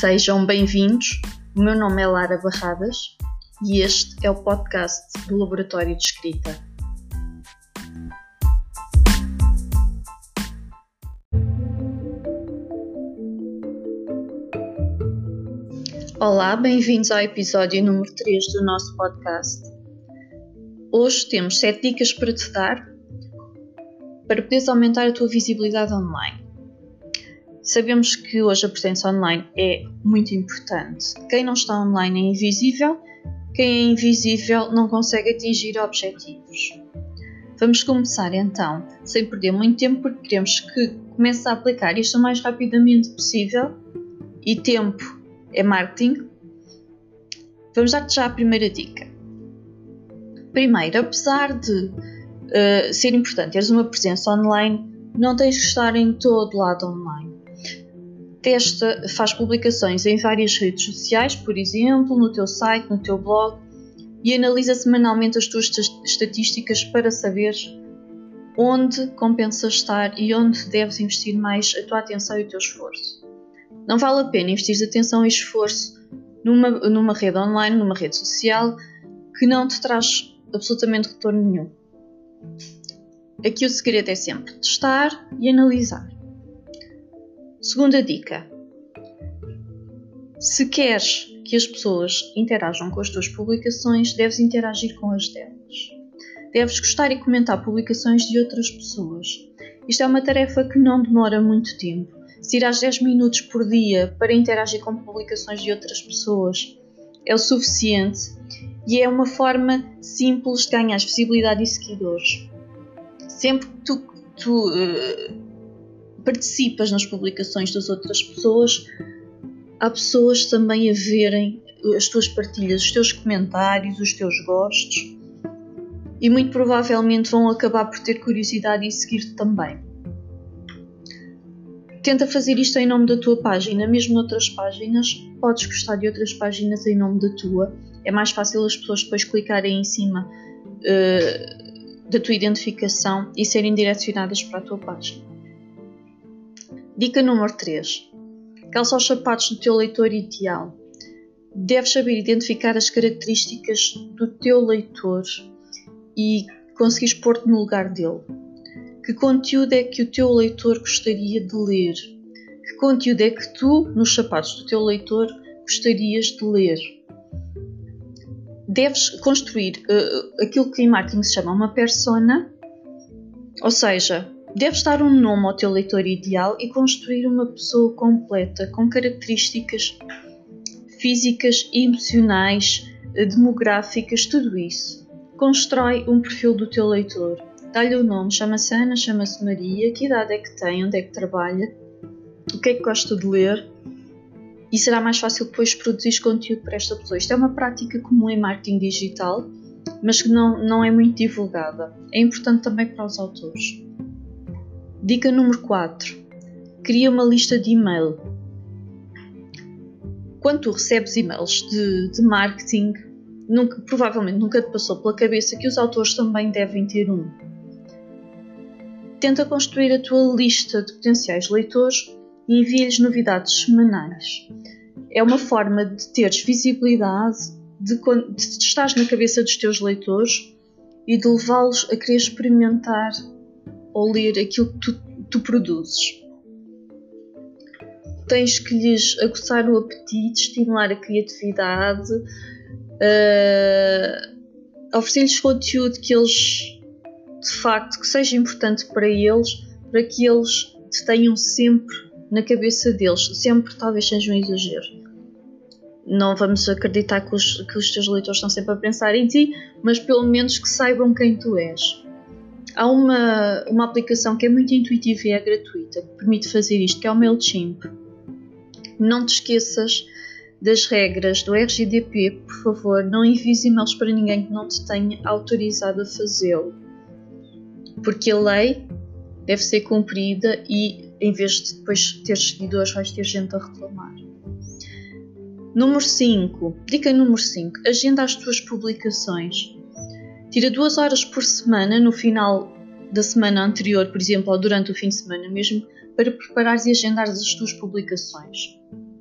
Sejam bem-vindos, o meu nome é Lara Barradas e este é o podcast do Laboratório de Escrita. Olá, bem-vindos ao episódio número 3 do nosso podcast. Hoje temos 7 dicas para te dar para poderes aumentar a tua visibilidade online. Sabemos que hoje a presença online é muito importante. Quem não está online é invisível, quem é invisível não consegue atingir objetivos. Vamos começar então, sem perder muito tempo, porque queremos que comeces a aplicar isto o mais rapidamente possível e tempo é marketing. Vamos dar-te já a primeira dica. Primeiro, apesar de ser importante teres uma presença online, não tens que estar em todo lado online. Testa, faz publicações em várias redes sociais, por exemplo, no teu site, no teu blog, e analisa semanalmente as tuas estatísticas para saber onde compensa estar e onde deves investir mais a tua atenção e o teu esforço. Não vale a pena investir atenção e esforço numa rede online, numa rede social, que não te traz absolutamente retorno nenhum. Aqui o segredo é sempre testar e analisar. Segunda dica. Se queres que as pessoas interajam com as tuas publicações, deves interagir com as delas. Deves gostar e comentar publicações de outras pessoas. Isto é uma tarefa que não demora muito tempo. Se tirares 10 minutos por dia para interagir com publicações de outras pessoas, é o suficiente e é uma forma simples de ganhar visibilidade e seguidores. Sempre que tu participas nas publicações das outras pessoas, há pessoas também a verem as tuas partilhas, os teus comentários, os teus gostos e muito provavelmente vão acabar por ter curiosidade e seguir-te também. Tenta fazer isto em nome da tua página, mesmo noutras páginas, podes gostar de outras páginas em nome da tua. É mais fácil as pessoas depois clicarem em cima da tua identificação e serem direcionadas para a tua página. Dica número 3. Calça os sapatos do teu leitor ideal. Deves saber identificar as características do teu leitor e conseguires pôr-te no lugar dele. Que conteúdo é que o teu leitor gostaria de ler? Que conteúdo é que tu, nos sapatos do teu leitor, gostarias de ler? Deves construir aquilo que em marketing se chama uma persona, ou seja, deves dar um nome ao teu leitor ideal e construir uma pessoa completa, com características físicas, emocionais, demográficas, tudo isso. Constrói um perfil do teu leitor. Dá-lhe o nome, chama-se Ana, chama-se Maria, que idade é que tem, onde é que trabalha, o que é que gosta de ler, e será mais fácil depois produzir conteúdo para esta pessoa. Isto é uma prática comum em marketing digital, mas que não é muito divulgada. É importante também para os autores. Dica número 4. Cria uma lista de e-mail. Quando tu recebes e-mails de marketing, provavelmente nunca te passou pela cabeça que os autores também devem ter um. Tenta construir a tua lista de potenciais leitores e envia-lhes novidades semanais. É uma forma de teres visibilidade, de estares na cabeça dos teus leitores e de levá-los a querer experimentar ou ler aquilo que tu produzes. Tens que lhes aguçar o apetite, estimular a criatividade, oferecer-lhes conteúdo que eles, de facto, que seja importante para eles, para que eles te tenham sempre na cabeça deles. Sempre talvez seja um exagero. Não vamos acreditar que os teus leitores estão sempre a pensar em ti, mas pelo menos que saibam quem tu és. Há uma aplicação que é muito intuitiva e é gratuita, que permite fazer isto, que é o MailChimp. Não te esqueças das regras do RGPD, por favor, não envies e-mails para ninguém que não te tenha autorizado a fazê-lo. Porque a lei deve ser cumprida e, em vez de depois ter seguidores, vais ter gente a reclamar. Número 5. Dica número 5. Agenda as tuas publicações. Tira 2 horas por semana, no final da semana anterior, por exemplo, ou durante o fim de semana mesmo, para preparares e agendares as tuas publicações.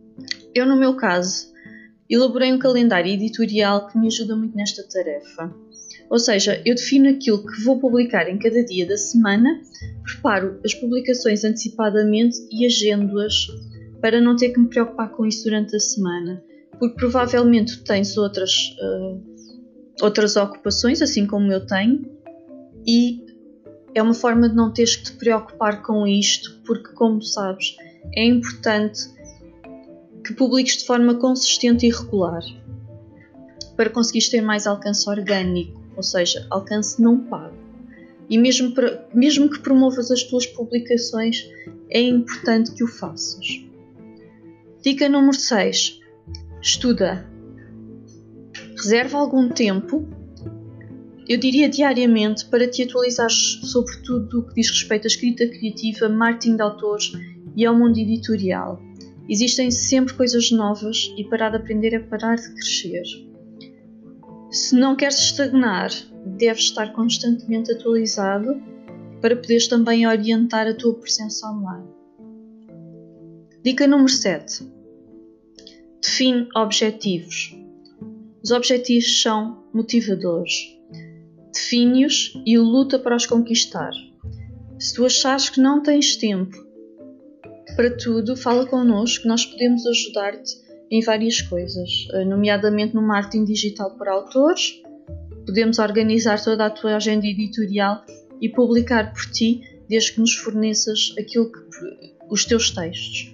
Eu, no meu caso, elaborei um calendário editorial que me ajuda muito nesta tarefa. Ou seja, eu defino aquilo que vou publicar em cada dia da semana, preparo as publicações antecipadamente e agendo-as para não ter que me preocupar com isso durante a semana. Porque provavelmente tu tens outras ocupações, assim como eu tenho, e é uma forma de não teres que te preocupar com isto, porque, como sabes, é importante que publiques de forma consistente e regular para conseguires ter mais alcance orgânico, ou seja, alcance não pago. E mesmo que promovas as tuas publicações, é importante que o faças. Dica número 6. Estuda. Reserva algum tempo, eu diria diariamente, para te atualizares sobre tudo o que diz respeito à escrita criativa, marketing de autores e ao mundo editorial. Existem sempre coisas novas e parar de aprender é parar de crescer. Se não queres estagnar, deves estar constantemente atualizado para poderes também orientar a tua presença online. Dica número 7. Define objetivos. Os objetivos são motivadores. Define-os e luta para os conquistar. Se tu achares que não tens tempo para tudo, fala connosco, nós podemos ajudar-te em várias coisas, nomeadamente no marketing digital para autores. Podemos organizar toda a tua agenda editorial e publicar por ti, desde que nos forneças os teus textos.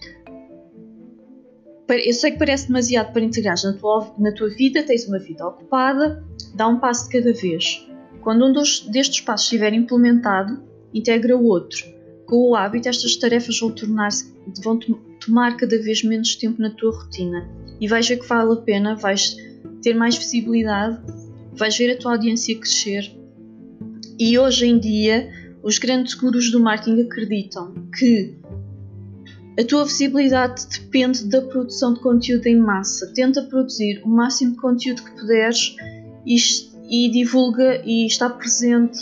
Eu sei que parece demasiado para integrares na tua vida, tens uma vida ocupada, dá um passo de cada vez. Quando um destes passos estiver implementado, integra o outro. Com o hábito, estas tarefas vão tomar cada vez menos tempo na tua rotina e vais ver que vale a pena, vais ter mais visibilidade, vais ver a tua audiência crescer. E hoje em dia, os grandes gurus do marketing acreditam que a tua visibilidade depende da produção de conteúdo em massa. Tenta produzir o máximo de conteúdo que puderes e divulga e está presente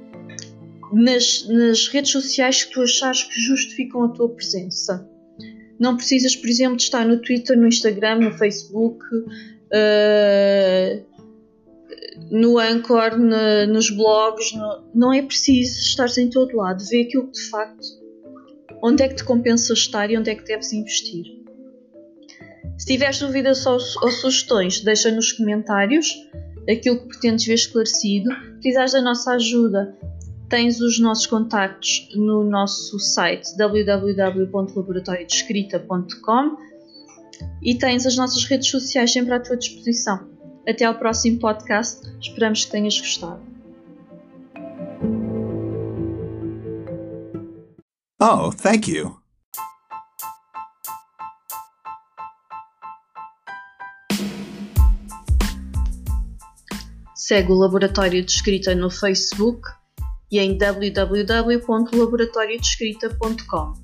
nas redes sociais que tu achares que justificam a tua presença. Não precisas, por exemplo, de estar no Twitter, no Instagram, no Facebook, no Anchor, nos blogs. Não é preciso estar em todo lado. Vê aquilo que de facto, onde é que te compensa estar e onde é que deves investir. Se tiveres dúvidas ou sugestões, deixa nos comentários aquilo que pretendes ver esclarecido. Se precisares da nossa ajuda, tens os nossos contactos no nosso site www.laboratoriodescrita.com e tens as nossas redes sociais sempre à tua disposição. Até ao próximo podcast, esperamos que tenhas gostado. Oh, thank you. Segue o Laboratório de Escrita no Facebook e em www.laboratoriodescrita.com.